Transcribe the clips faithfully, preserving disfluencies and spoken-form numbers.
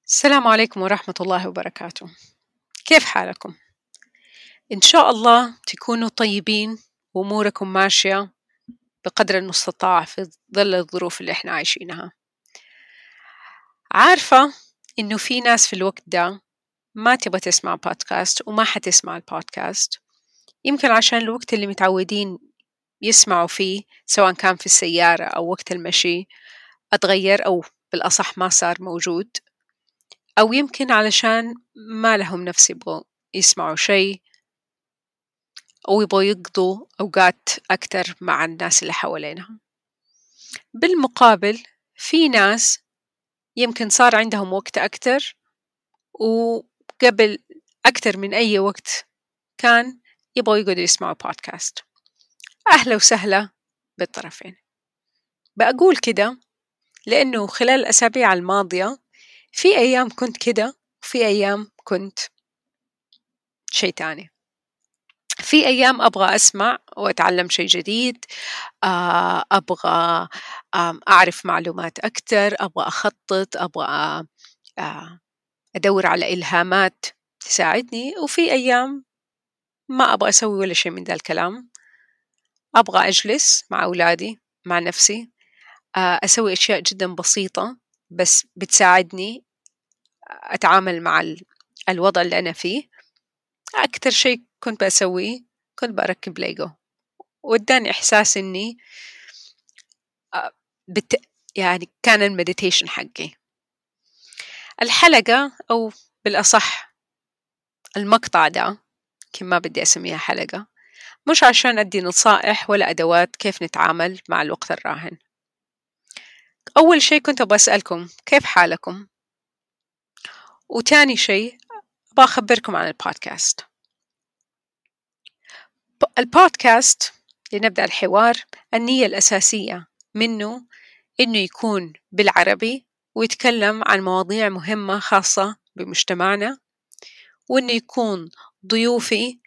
السلام عليكم ورحمة الله وبركاته. كيف حالكم؟ إن شاء الله تكونوا طيبين وأموركم ماشية بقدر المستطاع في ظل الظروف اللي إحنا عايشينها. عارفة إنه في ناس في الوقت ده ما تبغى تسمع بودكاست وما حتسمع البودكاست، يمكن عشان الوقت اللي متعودين يسمعوا فيه سواء كان في السيارة أو وقت المشي أتغير، أو بالأصح ما صار موجود، أو يمكن علشان ما لهم نفس يبغوا يسمعوا شيء أو يبغوا يقضوا أوقات أكتر مع الناس اللي حوالينهم. بالمقابل في ناس يمكن صار عندهم وقت أكتر، وقبل أكتر من أي وقت كان يبغوا يقعدوا يسمعوا بودكاست. أهلا وسهلا بالطرفين. بقول كده لأنه خلال الأسابيع الماضية في أيام كنت كده وفي أيام كنت شيء تاني. في أيام أبغى أسمع وأتعلم شيء جديد، أبغى أعرف معلومات أكتر، أبغى أخطط، أبغى أدور على إلهامات تساعدني. وفي أيام ما أبغى أسوي ولا شيء من ذا الكلام، أبغى أجلس مع أولادي مع نفسي، أسوي أشياء جدا بسيطة بس بتساعدني أتعامل مع الوضع اللي أنا فيه. أكتر شيء كنت بسويه كنت بركب ليجو، واداني إحساس إني بت... يعني كان المديتيشن حقي. الحلقة أو بالأصح المقطع ده كما بدي أسميها حلقة، مش عشان أدي نصائح ولا أدوات كيف نتعامل مع الوقت الراهن. أول شيء كنت أبغى أسألكم كيف حالكم، وتاني شيء أبغى أخبركم عن البودكاست. البودكاست لنبدأ الحوار، النية الأساسية منه إنه يكون بالعربي ويتكلم عن مواضيع مهمة خاصة بمجتمعنا، وإنه يكون ضيوفي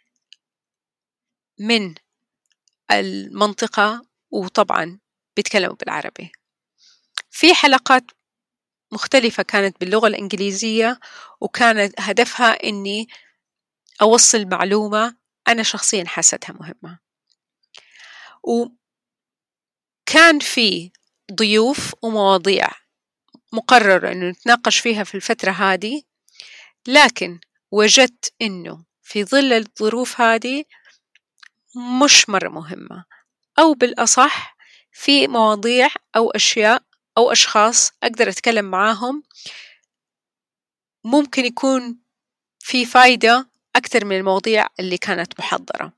من المنطقة وطبعا بيتكلموا بالعربي. في حلقات مختلفة كانت باللغة الإنجليزية، وكانت هدفها إني أوصل معلومة أنا شخصيا حسيتها مهمة. وكان في ضيوف ومواضيع مقرر إنه نتناقش فيها في الفترة هذه، لكن وجدت إنه في ظل الظروف هذه مش مرة مهمة، أو بالأصح في مواضيع أو أشياء أو أشخاص أقدر أتكلم معاهم ممكن يكون في فايدة أكثر من المواضيع اللي كانت محضرة.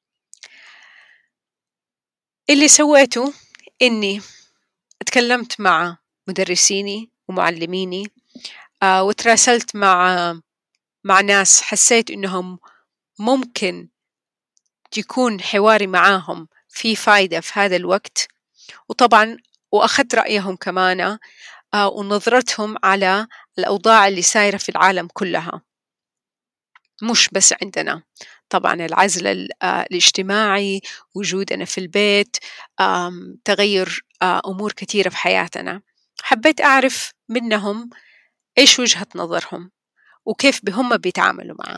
اللي سويته إني اتكلمت مع مدرسيني ومعلميني، آه وتراسلت مع مع ناس حسيت إنهم ممكن يكون حواري معاهم في فايدة في هذا الوقت، وطبعا وأخذت رأيهم كمان آه ونظرتهم على الأوضاع اللي سايرة في العالم كلها، مش بس عندنا. طبعا العزل الاجتماعي، وجودنا في البيت، تغير أمور كثيرة في حياتنا. حبيت أعرف منهم إيش وجهة نظرهم وكيف بهم بيتعاملوا معه.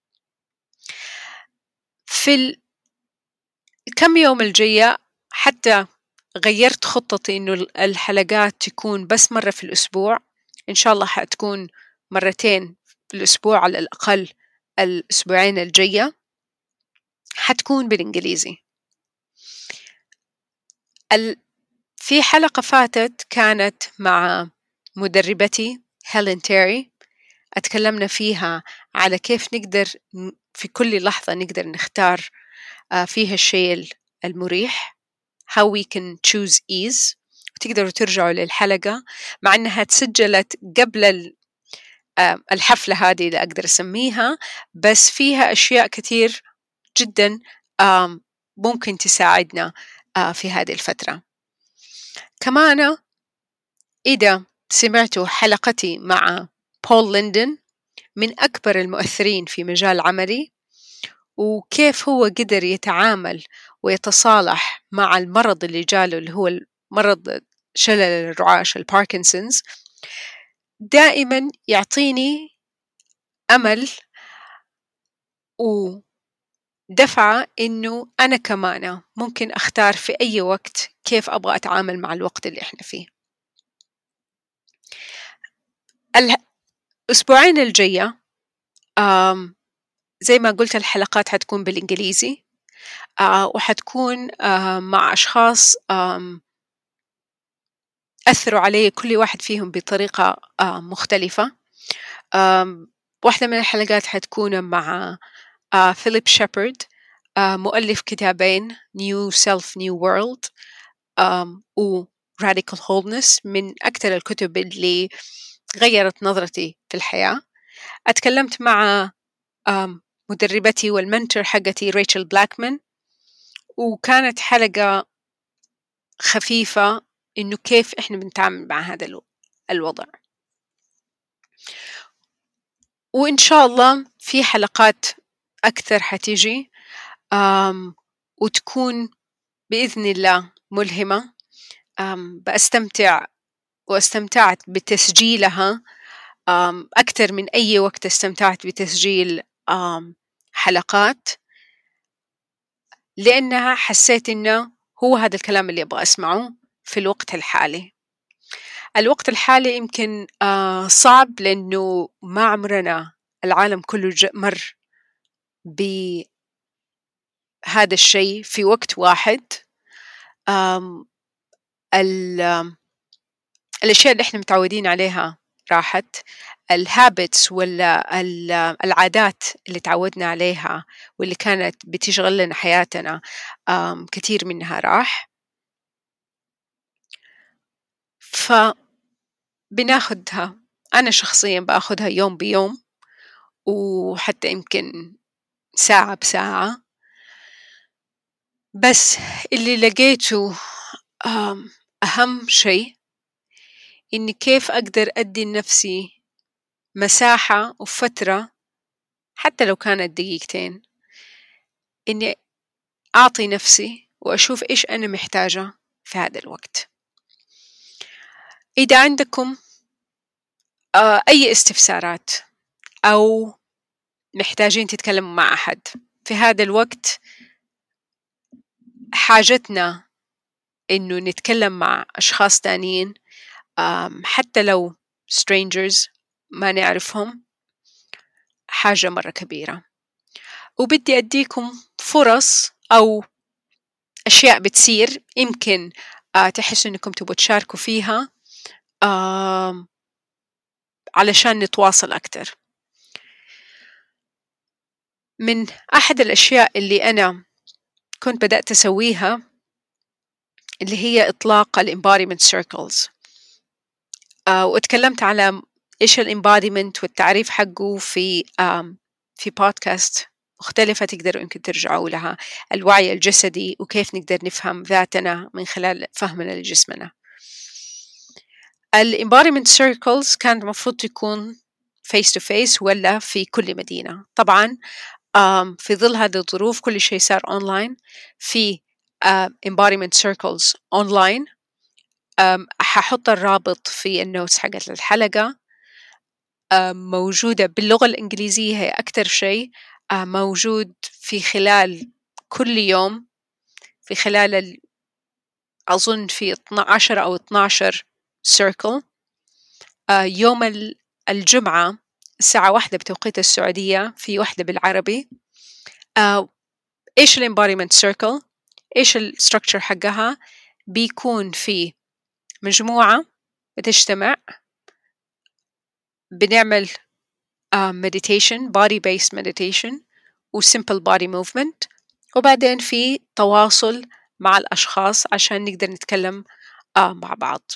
في الكم يوم الجاية حتى غيرت خطتي إنه الحلقات تكون بس مرة في الأسبوع، إن شاء الله حتكون مرتين في الأسبوع على الأقل. الأسبوعين الجاية حتكون بالإنجليزي. في حلقة فاتت كانت مع مدربتي هيلين تيري، أتكلمنا فيها على كيف نقدر في كل لحظة نقدر نختار فيها الشيء المريح، how we can choose ease. تقدروا ترجعوا للحلقة مع أنها تسجلت قبل الحفلة هذه اللي أقدر أسميها، بس فيها أشياء كثير جدا ممكن تساعدنا في هذه الفترة. كمان إذا سمعتوا حلقتي مع بول ليندن، من أكبر المؤثرين في مجال عملي، وكيف هو قدر يتعامل ويتصالح مع المرض اللي جاله اللي هو مرض شلل الرعاش الباركنسونز، دائما يعطيني أمل ودفعة إنه أنا كمان ممكن أختار في أي وقت كيف أبغى أتعامل مع الوقت اللي إحنا فيه. الأسبوعين الجاية زي ما قلت الحلقات حتكون بالإنجليزي، آه وحتكون آه مع أشخاص أثروا علي كل واحد فيهم بطريقة آه مختلفة. آه واحدة من الحلقات حتكون مع آه فيليب شيبرد، آه مؤلف كتابين New Self New World آه و Radical Wholeness، من أكثر الكتب اللي غيرت نظرتي في الحياة. أتكلمت مع آه مدربتي والمنتور حقتي ريتشل بلاكمان، وكانت حلقة خفيفة إنه كيف إحنا بنتعامل مع هذا الوضع. وإن شاء الله في حلقات أكثر حتيجي وتكون بإذن الله ملهمة. بأستمتع واستمتعت بتسجيلها أكثر من أي وقت استمتعت بتسجيل حلقات، لأنها حسيت إنه هو هذا الكلام اللي أبغى أسمعه في الوقت الحالي. الوقت الحالي يمكن صعب لأنه ما عمرنا العالم كله مر بهذا الشيء في وقت واحد. الأشياء اللي إحنا متعودين عليها راحت، الهابتس ولا العادات اللي تعودنا عليها واللي كانت بتشغل لنا حياتنا كثير منها راح. فبناخدها، أنا شخصيا بأخذها يوم بيوم وحتى يمكن ساعة بساعة. بس اللي لقيته أهم شيء إني كيف أقدر أدي لنفسي مساحة وفترة حتى لو كانت دقيقتين، إني أعطي نفسي وأشوف إيش أنا محتاجة في هذا الوقت. إذا عندكم أي استفسارات أو محتاجين تتكلموا مع أحد في هذا الوقت، حاجتنا إنه نتكلم مع أشخاص تانيين حتى لو strangers ما نعرفهم، حاجة مرة كبيرة. وبدي أديكم فرص أو أشياء بتصير يمكن تحسوا إنكم تبوا تشاركوا فيها علشان نتواصل أكتر. من أحد الأشياء اللي أنا كنت بدأت أسويها اللي هي إطلاق الإمباديمنت سيركلز، واتكلمت على إيش الإمباديمنت والتعريف حقه في في بودكاست مختلفة تقدروا يمكن ترجعوا لها، الوعي الجسدي وكيف نقدر نفهم ذاتنا من خلال فهمنا لجسمنا. الإمباديمنت سيركلز كانت المفروض تكون face to face ولا في كل مدينة. طبعا في ظل هذه الظروف كل شيء صار أونلاين. في Embodiment Circles أونلاين، ححط الرابط في النوتس حقت الحلقة، موجودة باللغة الإنجليزية، هي أكتر شيء موجود في خلال كل يوم، في خلال ال... أظن في اثنا عشر أو اثنا عشر circle. يوم الجمعة الساعة واحدة بتوقيت السعودية، في واحدة بالعربي. إيش الإمباديمنت سيركل؟ إيش الستركتشر حقها؟ بيكون في مجموعة بتجتمع، بنعمل uh, meditation body based meditation و simple body movement، وبعدين في تواصل مع الأشخاص عشان نقدر نتكلم uh, مع بعض.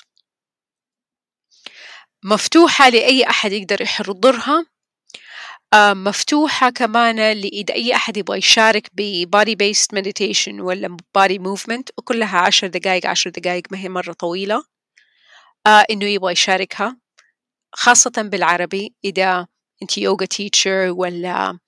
مفتوحة لأي أحد يقدر يحضرها، uh, مفتوحة كمان لإذا أي أحد يبغى يشارك ب body based meditation ولا body movement، وكلها عشر دقائق عشر دقائق، ما هي مرة طويلة. uh, إنه يبغى يشاركها خاصة بالعربي. إذا أنت يوغا تيتشر ولا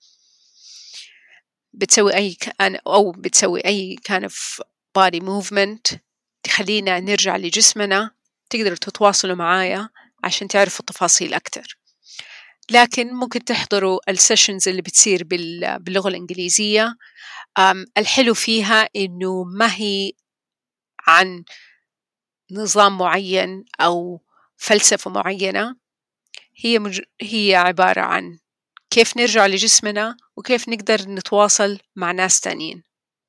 بتسوي أي كان أو بتسوي أي kind of body movement تخلينا نرجع لجسمنا، تقدروا تتواصلوا معايا عشان تعرفوا تفاصيل أكتر. لكن ممكن تحضروا السيشنز اللي بتصير باللغة الإنجليزية. الحلو فيها إنه ما هي عن نظام معين أو فلسفة معينة، هي مج... هي عبارة عن كيف نرجع لجسمنا وكيف نقدر نتواصل مع ناس تانيين.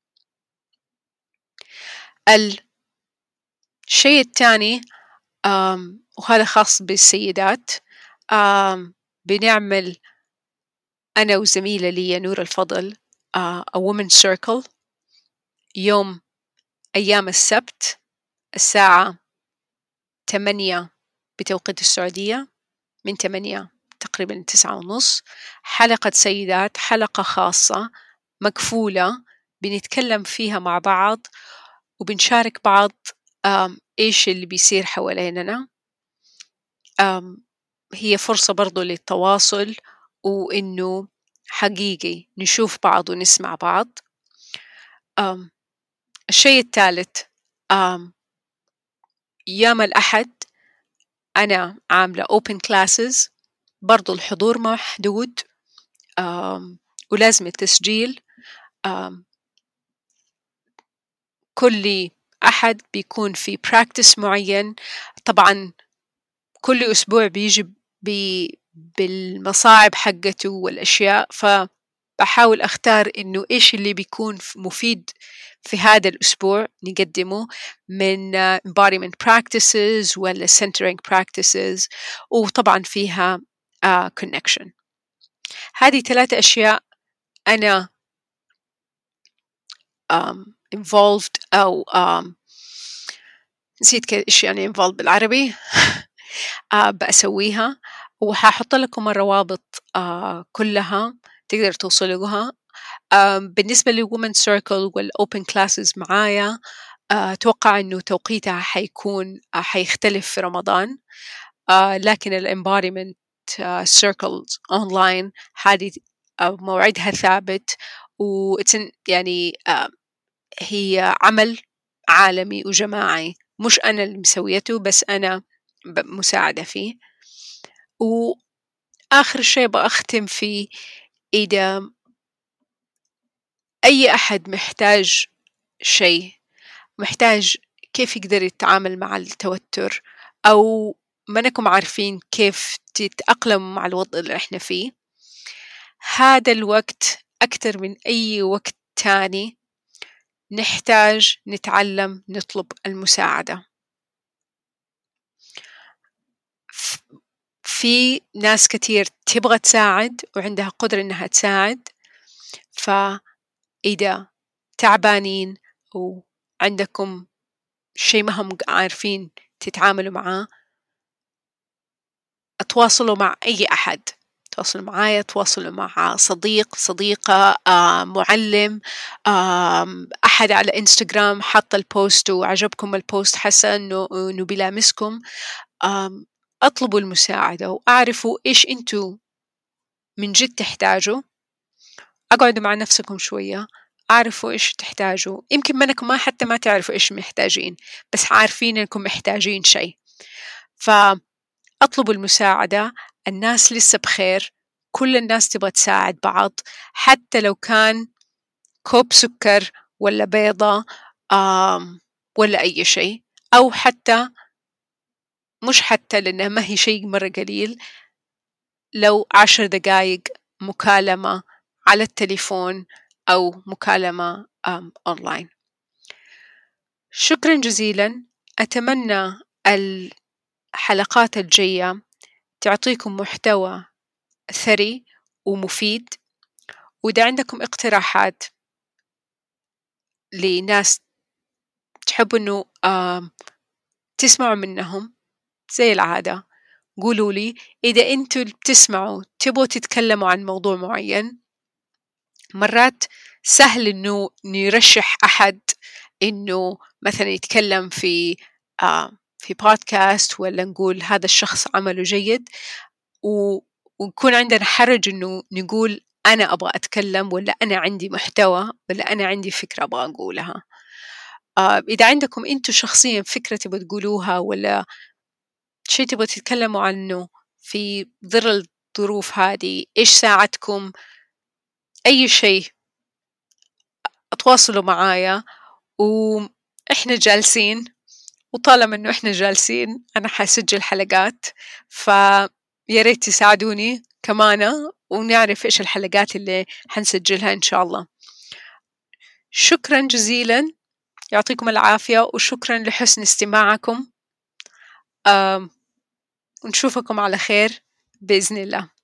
الشيء الثاني وهذا خاص بالسيدات، بنعمل أنا وزميلة لي نور الفضل a women circle يوم أيام السبت الساعة ثمانية بتوقيت السعودية، من ثمانية تقريبا تسعة ونص، حلقة سيدات، حلقة خاصة مكفولة بنتكلم فيها مع بعض وبنشارك بعض إيش اللي بيصير حواليننا. هي فرصة برضو للتواصل وإنه حقيقي نشوف بعض ونسمع بعض. الشيء الثالث، يوم الأحد أنا عاملة open classes، برضو الحضور محدود ولازم التسجيل. كل أحد بيكون في practice معين، طبعا كل أسبوع بيجي بي بالمصاعب حقته والأشياء، فبحاول أختار إنه إيش اللي بيكون مفيد في هذا الأسبوع نقدمه من embodiment practices ولا centering practices، وطبعا فيها uh, connection. هذه ثلاثة أشياء أنا um, involved أو um, نسيت إيش يعني involved بالعربي uh, بأسويها، وحاحط لكم الروابط uh, كلها تقدر توصلوها. uh, بالنسبة للwomen circle والopen classes معايا، أتوقع أنه توقيتها حيكون حيختلف في رمضان، uh, لكن الembodiment uh, circles online هذه uh, موعدها ثابت، و يعني uh, هي عمل عالمي وجماعي، مش أنا اللي مسويته بس أنا مساعدة فيه. وآخر شيء بأختم فيه، إذا أي أحد محتاج شيء، محتاج كيف يقدر يتعامل مع التوتر أو ما نكم عارفين كيف تتأقلم مع الوضع اللي إحنا فيه، هذا الوقت أكثر من أي وقت تاني نحتاج نتعلم نطلب المساعدة. في ناس كتير تبغى تساعد وعندها قدرة إنها تساعد، فإذا تعبانين وعندكم شيء ما هم عارفين تتعاملوا معاه، تواصلوا مع أي أحد، تواصلوا معايا، تواصلوا مع صديق، صديقة، آه، معلم، آه، أحد على إنستغرام حط البوست وعجبكم البوست، حاسة إنه إنه بيلامسكم، آه، أطلبوا المساعدة وأعرفوا إيش أنتوا من جد تحتاجوا. أقعدوا مع نفسكم شوية، أعرفوا إيش تحتاجوا. يمكن منكم ما حتى ما تعرفوا إيش محتاجين، بس عارفين إنكم محتاجين شيء، فأطلبوا المساعدة. الناس لسه بخير، كل الناس تبغى تساعد بعض، حتى لو كان كوب سكر ولا بيضة ولا أي شيء، أو حتى مش حتى لأنها ما هي شيء مرة قليل، لو عشر دقائق مكالمة على التليفون أو مكالمة أونلاين. شكرا جزيلا، أتمنى الحلقات الجاية تعطيكم محتوى ثري ومفيد، وإذا عندكم اقتراحات لناس تحبوا إنه تسمعوا منهم زي العادة قولوا لي. إذا أنتوا بتسمعوا تبوا تتكلموا عن موضوع معين، مرات سهل إنه نرشح أحد إنه مثلا يتكلم في آه في بودكاست، ولا نقول هذا الشخص عمله جيد، ونكون عندنا حرج إنه نقول أنا أبغى أتكلم، ولا أنا عندي محتوى، ولا أنا عندي فكرة أبغى أقولها. آه إذا عندكم أنتوا شخصيا فكرة تبغوا تقولوها، ولا شي تبغوا تتكلموا عنه في ظل الظروف هذه، إيش ساعدكم، أي شيء، تواصلوا معايا وإحنا جالسين. وطالما إنه إحنا جالسين أنا حسجل حلقات، فياريت تساعدوني كمان ونعرف إيش الحلقات اللي حنسجلها إن شاء الله. شكرا جزيلا، يعطيكم العافية، وشكرا لحسن استماعكم. ونشوفكم على خير بإذن الله.